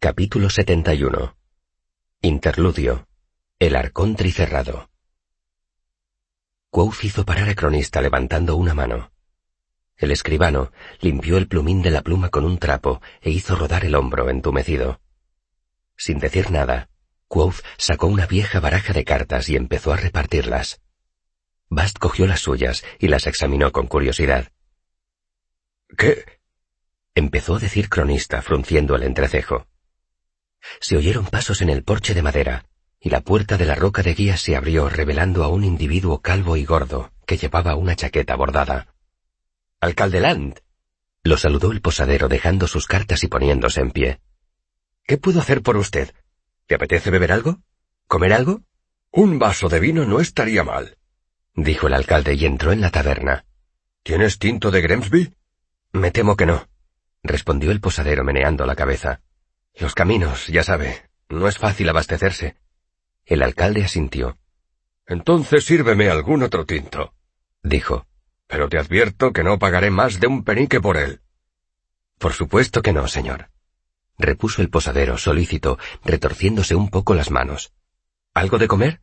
Capítulo 71. Interludio. El arcón tricerrado. Quoth hizo parar a Cronista levantando una mano. El escribano limpió el plumín de la pluma con un trapo e hizo rodar el hombro entumecido. Sin decir nada, Quoth sacó una vieja baraja de cartas y empezó a repartirlas. Bast cogió las suyas y las examinó con curiosidad. ¿Qué? Empezó a decir Cronista, frunciendo el entrecejo. Se oyeron pasos en el porche de madera, y la puerta de la roca de guía se abrió revelando a un individuo calvo y gordo que llevaba una chaqueta bordada. —Alcalde Land —lo saludó el posadero dejando sus cartas y poniéndose en pie—. ¿Qué puedo hacer por usted? ¿Le apetece beber algo? ¿Comer algo? Un vaso de vino no estaría mal —dijo el alcalde y entró en la taberna. —¿Tienes tinto de Grimsby? —Me temo que no —respondió el posadero meneando la cabeza—. Los caminos, ya sabe, no es fácil abastecerse. El alcalde asintió. —Entonces sírveme algún otro tinto —dijo—. Pero te advierto que no pagaré más de un penique por él. —Por supuesto que no, señor —repuso el posadero solícito, retorciéndose un poco las manos—. ¿Algo de comer?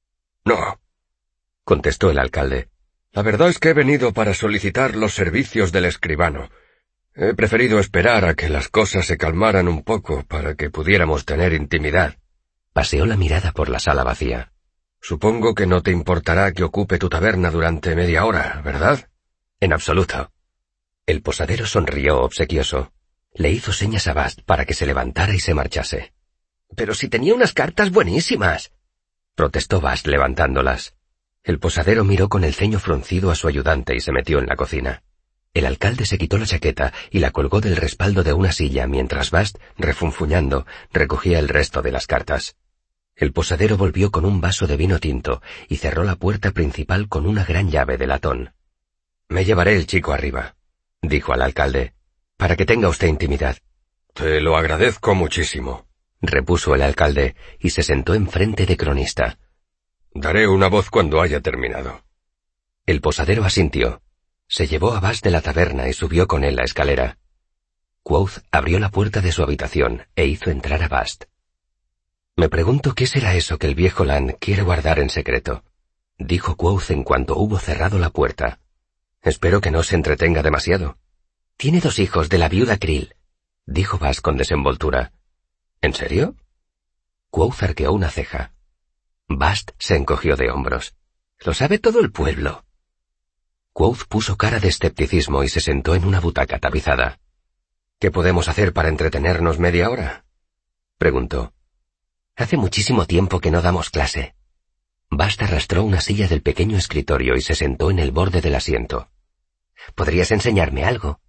—No —contestó el alcalde—. La verdad es que he venido para solicitar los servicios del escribano. He preferido esperar a que las cosas se calmaran un poco para que pudiéramos tener intimidad. Paseó la mirada por la sala vacía. Supongo que no te importará que ocupe tu taberna durante media hora, ¿verdad? En absoluto. El posadero sonrió obsequioso. Le hizo señas a Bast para que se levantara y se marchase. —Pero si tenía unas cartas buenísimas —protestó Bast levantándolas. El posadero miró con el ceño fruncido a su ayudante y se metió en la cocina. El alcalde se quitó la chaqueta y la colgó del respaldo de una silla mientras Bast, refunfuñando, recogía el resto de las cartas. El posadero volvió con un vaso de vino tinto y cerró la puerta principal con una gran llave de latón. —Me llevaré el chico arriba —dijo al alcalde—, para que tenga usted intimidad. —Te lo agradezco muchísimo —repuso el alcalde, y se sentó enfrente de Cronista. —Daré una voz cuando haya terminado. El posadero asintió. Se llevó a Bast de la taberna y subió con él la escalera. Quoth abrió la puerta de su habitación e hizo entrar a Bast. —Me pregunto qué será eso que el viejo Land quiere guardar en secreto —dijo Quoth en cuanto hubo cerrado la puerta—. Espero que no se entretenga demasiado. —Tiene 2 hijos de la viuda Krill —dijo Bast con desenvoltura. —¿En serio? Quoth arqueó una ceja. Bast se encogió de hombros. —Lo sabe todo el pueblo. Quoth puso cara de escepticismo y se sentó en una butaca tapizada. —¿Qué podemos hacer para entretenernos media hora? —preguntó. —Hace muchísimo tiempo que no damos clase. Bast arrastró una silla del pequeño escritorio y se sentó en el borde del asiento. —¿Podrías enseñarme algo?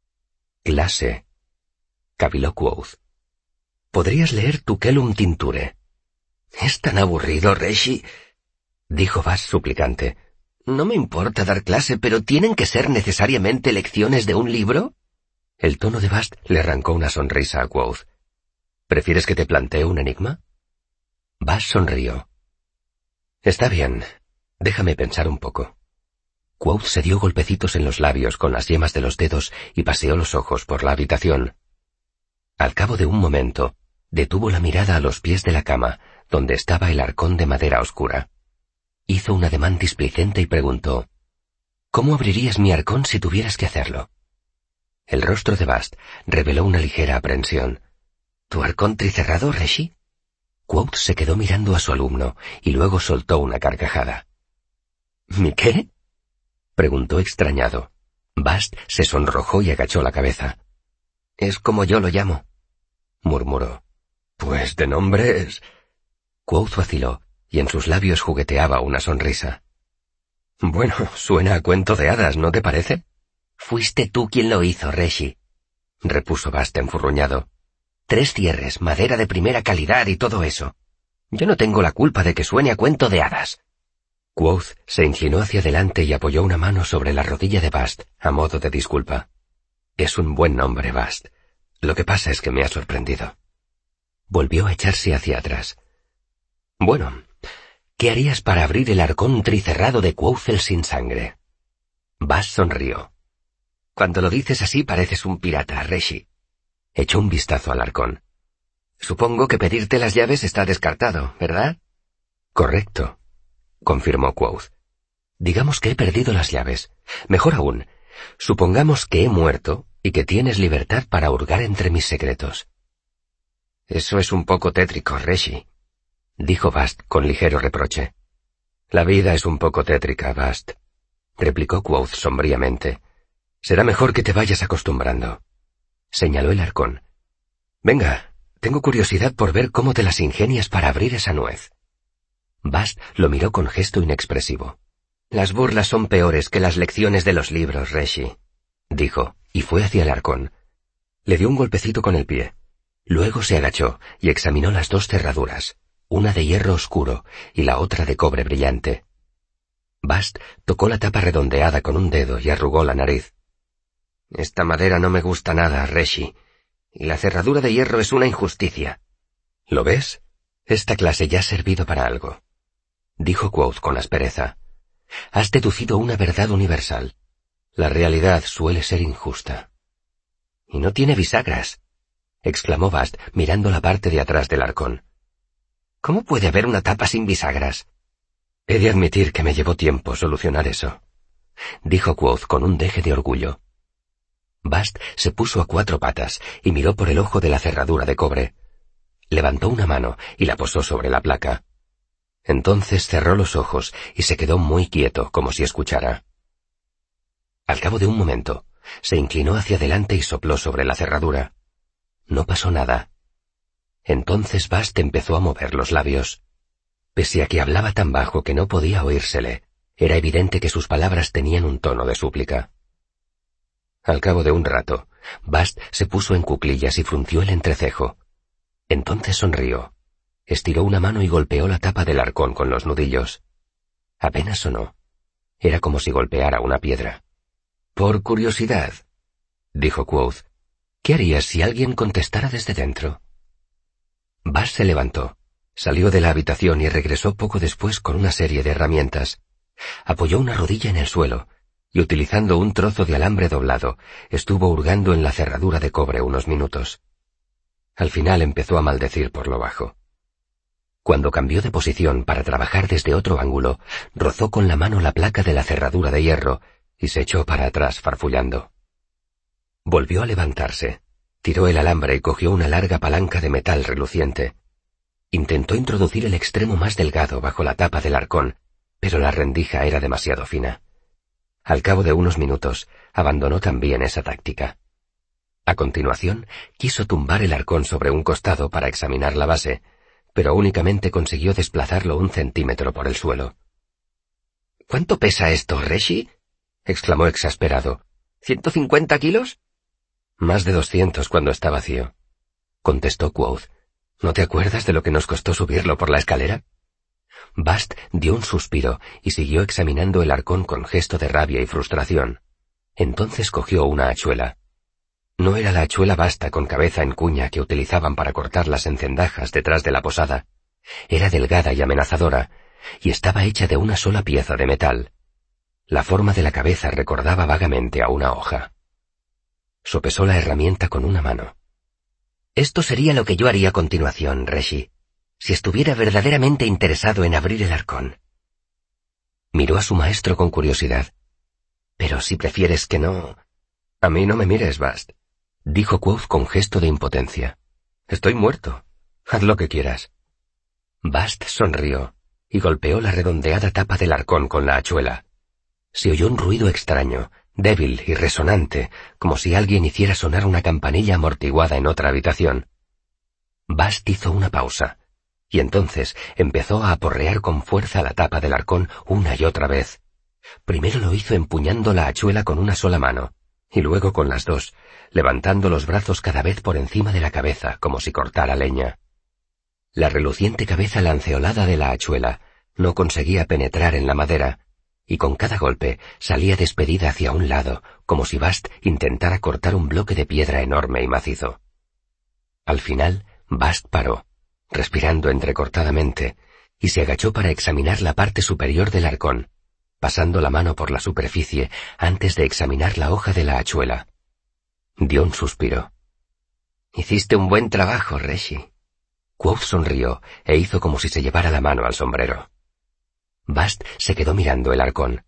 —Clase —caviló Quoth—. Podrías leer Tukelum Tinture. —Es tan aburrido, Reshi —dijo Bast suplicante—. No me importa dar clase, pero ¿tienen que ser necesariamente lecciones de un libro? El tono de Bast le arrancó una sonrisa a Quoth. —¿Prefieres que te plantee un enigma? Bast sonrió. —Está bien. Déjame pensar un poco. Quoth se dio golpecitos en los labios con las yemas de los dedos y paseó los ojos por la habitación. Al cabo de un momento, detuvo la mirada a los pies de la cama, donde estaba el arcón de madera oscura. Hizo un ademán displicente y preguntó: —¿Cómo abrirías mi arcón si tuvieras que hacerlo? El rostro de Bast reveló una ligera aprensión. —¿Tu arcón tricerrado, Reshi? Quoth se quedó mirando a su alumno y luego soltó una carcajada. ¿Mi qué? —preguntó extrañado. Bast se sonrojó y agachó la cabeza. —Es como yo lo llamo —murmuró. —Pues de nombre es... Quoth vaciló, y en sus labios jugueteaba una sonrisa. —Bueno, suena a cuento de hadas, ¿no te parece? —Fuiste tú quien lo hizo, Reshi —repuso Bast enfurruñado—. 3 cierres, madera de primera calidad y todo eso. Yo no tengo la culpa de que suene a cuento de hadas. Quoth se inclinó hacia adelante y apoyó una mano sobre la rodilla de Bast, a modo de disculpa. —Es un buen nombre, Bast. Lo que pasa es que me ha sorprendido. Volvió a echarse hacia atrás. —Bueno, ¿qué harías para abrir el arcón tricerrado de Quoth el sin sangre? Bast sonrió. —Cuando lo dices así pareces un pirata, Reshi. Echó un vistazo al arcón. Supongo que pedirte las llaves está descartado, ¿verdad? Correcto, confirmó Quoth. Digamos que he perdido las llaves. Mejor aún, supongamos que he muerto y que tienes libertad para hurgar entre mis secretos. Eso es un poco tétrico, Reshi, dijo Bast con ligero reproche. La vida es un poco tétrica, Bast, replicó Quoth sombríamente. Será mejor que te vayas acostumbrando. Señaló el arcón. Venga, tengo curiosidad por ver cómo te las ingenias para abrir esa nuez. Bast lo miró con gesto inexpresivo. Las burlas son peores que las lecciones de los libros, Reshi, dijo, y fue hacia el arcón. Le dio un golpecito con el pie. Luego se agachó y examinó las dos cerraduras, una de hierro oscuro y la otra de cobre brillante. Bast tocó la tapa redondeada con un dedo y arrugó la nariz. Esta madera no me gusta nada, Reshi, y la cerradura de hierro es una injusticia. ¿Lo ves? Esta clase ya ha servido para algo, dijo Quoth con aspereza. Has deducido una verdad universal. La realidad suele ser injusta. Y no tiene bisagras, exclamó Bast mirando la parte de atrás del arcón. ¿Cómo puede haber una tapa sin bisagras? He de admitir que me llevó tiempo solucionar eso, dijo Quoth con un deje de orgullo. Bast se puso a cuatro patas y miró por el ojo de la cerradura de cobre. Levantó una mano y la posó sobre la placa. Entonces cerró los ojos y se quedó muy quieto, como si escuchara. Al cabo de un momento, se inclinó hacia adelante y sopló sobre la cerradura. No pasó nada. Entonces Bast empezó a mover los labios. Pese a que hablaba tan bajo que no podía oírsele, era evidente que sus palabras tenían un tono de súplica. Al cabo de un rato, Bast se puso en cuclillas y frunció el entrecejo. Entonces sonrió. Estiró una mano y golpeó la tapa del arcón con los nudillos. Apenas sonó. Era como si golpeara una piedra. Por curiosidad, dijo Quoth, ¿qué harías si alguien contestara desde dentro? Bast se levantó, salió de la habitación y regresó poco después con una serie de herramientas. Apoyó una rodilla en el suelo y, utilizando un trozo de alambre doblado, estuvo hurgando en la cerradura de cobre unos minutos. Al final empezó a maldecir por lo bajo. Cuando cambió de posición para trabajar desde otro ángulo, rozó con la mano la placa de la cerradura de hierro y se echó para atrás farfullando. Volvió a levantarse, tiró el alambre y cogió una larga palanca de metal reluciente. Intentó introducir el extremo más delgado bajo la tapa del arcón, pero la rendija era demasiado fina. Al cabo de unos minutos, abandonó también esa táctica. A continuación, quiso tumbar el arcón sobre un costado para examinar la base, pero únicamente consiguió desplazarlo 1 centímetro por el suelo. ¿Cuánto pesa esto, Reshi? Exclamó exasperado. ¿150 kilos? Más de 200 cuando está vacío, contestó Quoth. ¿No te acuerdas de lo que nos costó subirlo por la escalera? Bast dio un suspiro y siguió examinando el arcón con gesto de rabia y frustración. Entonces cogió una hachuela. No era la hachuela basta con cabeza en cuña que utilizaban para cortar las encendajas detrás de la posada. Era delgada y amenazadora, y estaba hecha de una sola pieza de metal. La forma de la cabeza recordaba vagamente a una hoja. Sopesó la herramienta con una mano. Esto sería lo que yo haría a continuación, Reshi, si estuviera verdaderamente interesado en abrir el arcón. Miró a su maestro con curiosidad. Pero si prefieres que no... A mí no me mires, Bast, dijo Quoth con gesto de impotencia. Estoy muerto. Haz lo que quieras. Bast sonrió y golpeó la redondeada tapa del arcón con la hachuela. Se oyó un ruido extraño, débil y resonante, como si alguien hiciera sonar una campanilla amortiguada en otra habitación. Bast hizo una pausa, y entonces empezó a aporrear con fuerza la tapa del arcón una y otra vez. Primero lo hizo empuñando la hachuela con una sola mano, y luego con las dos, levantando los brazos cada vez por encima de la cabeza como si cortara leña. La reluciente cabeza lanceolada de la hachuela no conseguía penetrar en la madera, y con cada golpe salía despedida hacia un lado, como si Bast intentara cortar un bloque de piedra enorme y macizo. Al final, Bast paró, respirando entrecortadamente, y se agachó para examinar la parte superior del arcón, pasando la mano por la superficie antes de examinar la hoja de la hachuela. Dio un suspiro. Hiciste un buen trabajo, Reshi, Quoth sonrió e hizo como si se llevara la mano al sombrero. Bast se quedó mirando el arcón.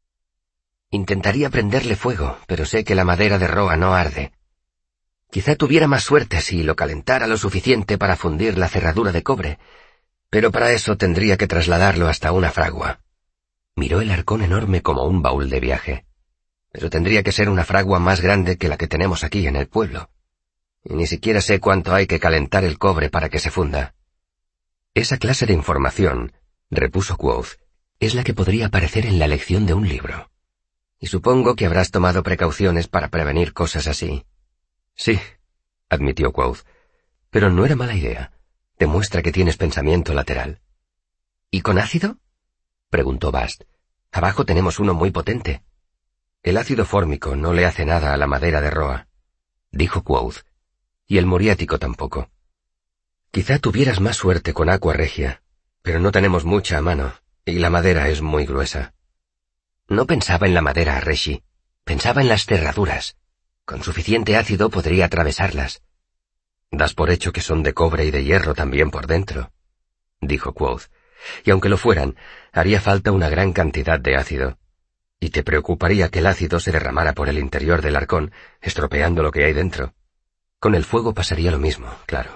Intentaría prenderle fuego, pero sé que la madera de roa no arde. Quizá tuviera más suerte si lo calentara lo suficiente para fundir la cerradura de cobre, pero para eso tendría que trasladarlo hasta una fragua. Miró el arcón enorme como un baúl de viaje. Pero tendría que ser una fragua más grande que la que tenemos aquí en el pueblo. Y ni siquiera sé cuánto hay que calentar el cobre para que se funda. Esa clase de información, repuso Quoth, es la que podría aparecer en la lección de un libro. Y supongo que habrás tomado precauciones para prevenir cosas así. Sí, admitió Quoth, pero no era mala idea. Demuestra que tienes pensamiento lateral. ¿Y con ácido? Preguntó Bast. Abajo tenemos uno muy potente. El ácido fórmico no le hace nada a la madera de roa, dijo Quoth, y el muriático tampoco. Quizá tuvieras más suerte con aqua regia, pero no tenemos mucha a mano, y la madera es muy gruesa. No pensaba en la madera, Reshi. Pensaba en las cerraduras. Con suficiente ácido podría atravesarlas. Das por hecho que son de cobre y de hierro también por dentro, dijo Quoth, y aunque lo fueran, haría falta una gran cantidad de ácido. Y te preocuparía que el ácido se derramara por el interior del arcón, estropeando lo que hay dentro. Con el fuego pasaría lo mismo, claro.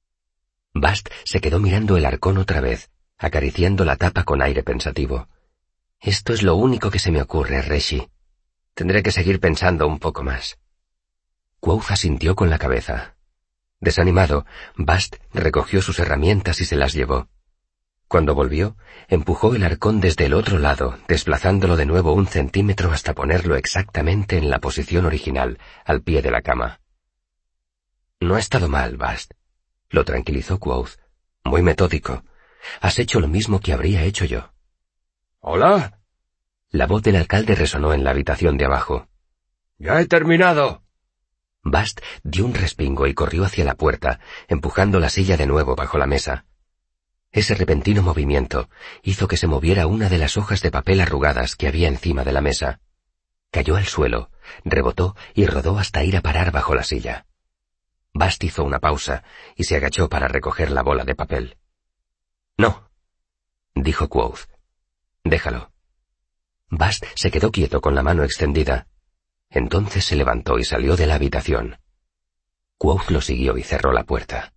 Bast se quedó mirando el arcón otra vez, acariciando la tapa con aire pensativo. Esto es lo único que se me ocurre, Reshi. Tendré que seguir pensando un poco más. Quoth asintió con la cabeza. Desanimado, Bast recogió sus herramientas y se las llevó. Cuando volvió, empujó el arcón desde el otro lado, desplazándolo de nuevo 1 centímetro hasta ponerlo exactamente en la posición original, al pie de la cama. No ha estado mal, Bast, lo tranquilizó Quoth. Muy metódico. Has hecho lo mismo que habría hecho yo. ¿Hola? La voz del alcalde resonó en la habitación de abajo. ¡Ya he terminado! Bast dio un respingo y corrió hacia la puerta, empujando la silla de nuevo bajo la mesa. Ese repentino movimiento hizo que se moviera una de las hojas de papel arrugadas que había encima de la mesa. Cayó al suelo, rebotó y rodó hasta ir a parar bajo la silla. Bast hizo una pausa y se agachó para recoger la bola de papel. No, dijo Quoth. Déjalo. Bast se quedó quieto con la mano extendida. Entonces se levantó y salió de la habitación. Quoth lo siguió y cerró la puerta.